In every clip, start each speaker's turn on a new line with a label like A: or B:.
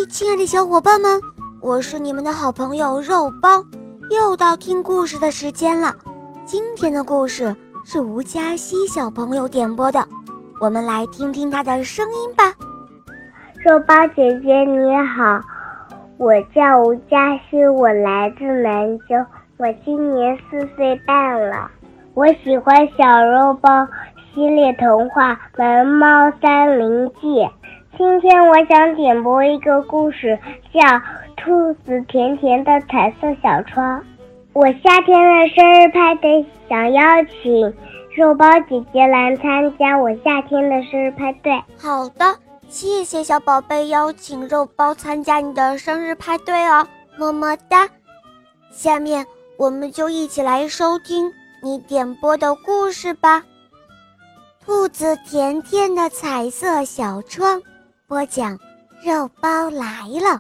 A: 亲爱的小伙伴们，我是你们的好朋友肉包，又到听故事的时间了。今天的故事是吴佳熙小朋友点播的，我们来听听他的声音吧。
B: 肉包姐姐你好，我叫吴佳熙，我来自南州，我今年4岁半了。我喜欢小肉包系列童话《萌猫森林记》。今天我想点播一个故事，叫《兔子甜甜的彩色小窗》。我夏天的生日派对想邀请肉包姐姐来参加我夏天的生日派对。
A: 好的，谢谢小宝贝邀请肉包参加你的生日派对哦，么么哒。下面我们就一起来收听你点播的故事吧。兔子甜甜的彩色小窗，播讲肉包来了。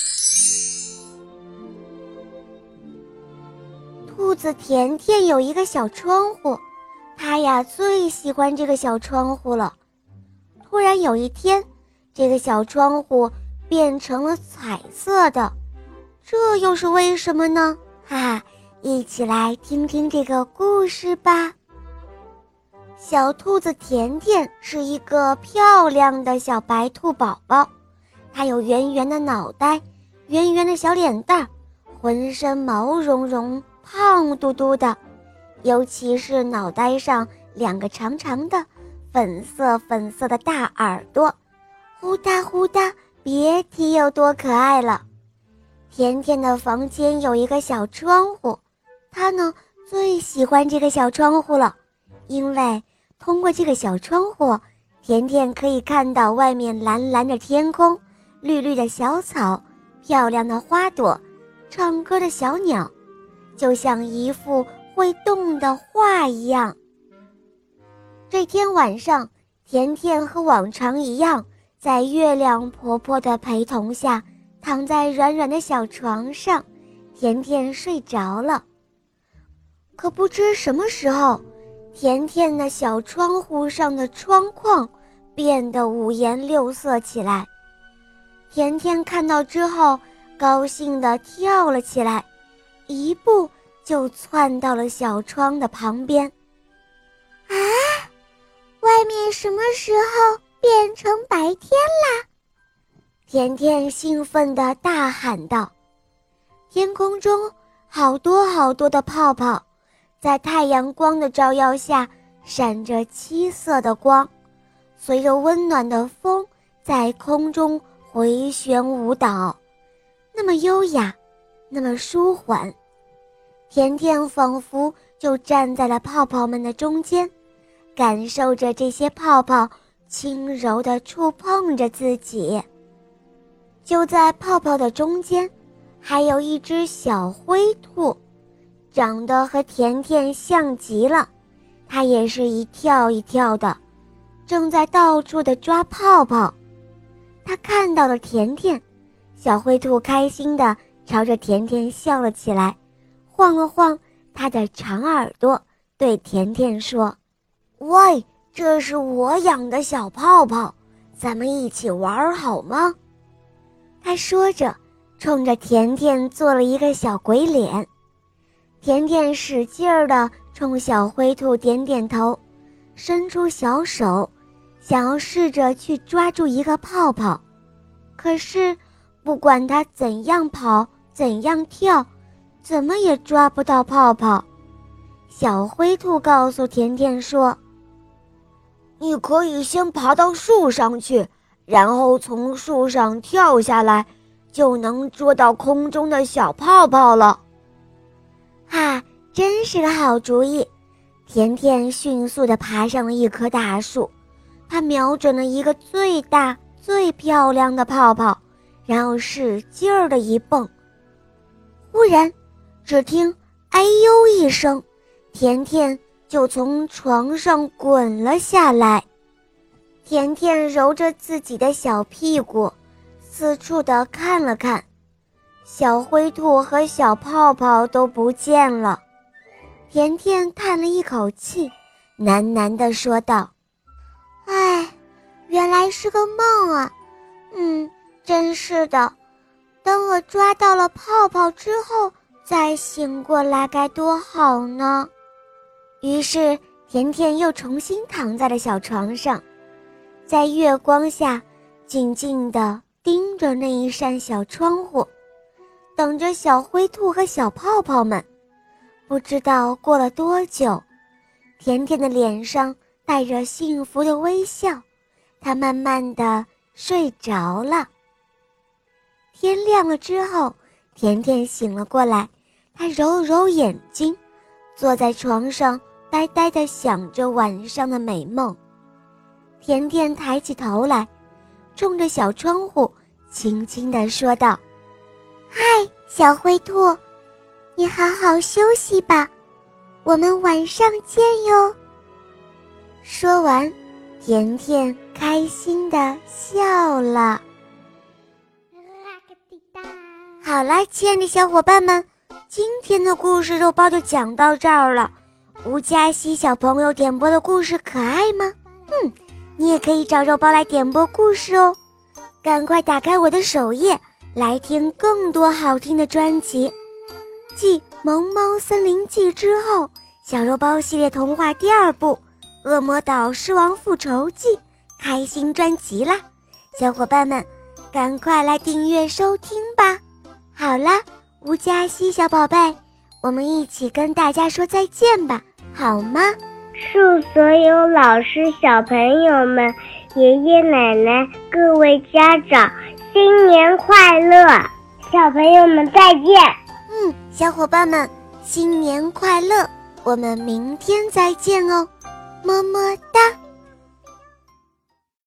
A: 兔子甜甜有一个小窗户，它呀最喜欢这个小窗户了。突然有一天，这个小窗户变成了彩色的，这又是为什么呢？哈哈，一起来听听这个故事吧。小兔子甜甜是一个漂亮的小白兔宝宝，它有圆圆的脑袋，圆圆的小脸蛋，浑身毛茸茸，胖嘟嘟的，尤其是脑袋上2个长长的粉色的大耳朵，呼哒呼哒，别提有多可爱了。甜甜的房间有一个小窗户，她呢最喜欢这个小窗户了，因为通过这个小窗户，甜甜可以看到外面蓝蓝的天空，绿绿的小草，漂亮的花朵，唱歌的小鸟，就像一幅会动的画一样。这天晚上，甜甜和往常一样，在月亮婆婆的陪同下，躺在软软的小床上，甜甜睡着了。可不知什么时候，甜甜的小窗户上的窗框变得五颜六色起来。甜甜看到之后，高兴地跳了起来，一步就窜到了小窗的旁边。啊，外面什么时候变成白天啦？甜甜兴奋地大喊道。天空中好多的泡泡，在太阳光的照耀下闪着7色的光，随着温暖的风在空中回旋舞蹈，那么优雅，那么舒缓。甜甜仿佛就站在了泡泡们的中间，感受着这些泡泡轻柔地触碰着自己。就在泡泡的中间，还有一只小灰兔，长得和甜甜像极了，它也是一跳一跳的，正在到处的抓泡泡。它看到了甜甜，小灰兔开心地朝着甜甜笑了起来，晃了晃它的长耳朵，对甜甜说：喂，这是我养的小泡泡，咱们一起玩好吗？他说着，冲着甜甜做了一个小鬼脸。甜甜使劲儿地冲小灰兔点点头，伸出小手，想要试着去抓住一个泡泡。可是，不管他怎样跑，怎样跳，怎么也抓不到泡泡。小灰兔告诉甜甜说：你可以先爬到树上去，然后从树上跳下来，就能捉到空中的小泡泡了。哈，真是个好主意！甜甜迅速地爬上了一棵大树，她瞄准了一个最大最漂亮的泡泡，然后使劲儿地一蹦。忽然，只听“哎呦”一声，甜甜就从床上滚了下来。甜甜揉着自己的小屁股，四处地看了看，小灰兔和小泡泡都不见了。甜甜叹了一口气，喃喃地说道：哎，原来是个梦啊。 真是的，等我抓到了泡泡之后再醒过来该多好呢。于是甜甜又重新躺在了小床上，在月光下静静地盯着那一扇小窗户，等着小灰兔和小泡泡们。不知道过了多久，甜甜的脸上带着幸福的微笑，她慢慢地睡着了。天亮了之后，甜甜醒了过来，她揉揉眼睛，坐在床上呆呆地想着晚上的美梦。甜甜抬起头来，冲着小窗户轻轻地说道：“嗨，小灰兔，你好好休息吧，我们晚上见哟。”说完，甜甜开心地笑了。好啦，亲爱的小伙伴们，今天的故事肉包就讲到这儿了。吴佳熙小朋友点播的故事可爱吗？你也可以找肉包来点播故事哦。赶快打开我的首页来听更多好听的专辑。继《萌猫森林记》之后，小肉包系列童话第2部《恶魔岛狮王复仇记》开新专辑啦！小伙伴们，赶快来订阅收听吧。好啦，吴佳熙小宝贝，我们一起跟大家说再见吧，好吗？
B: 祝所有老师、小朋友们、爷爷奶奶、各位家长新年快乐！小朋友们再见。
A: 小伙伴们，新年快乐！我们明天再见哦，么么哒。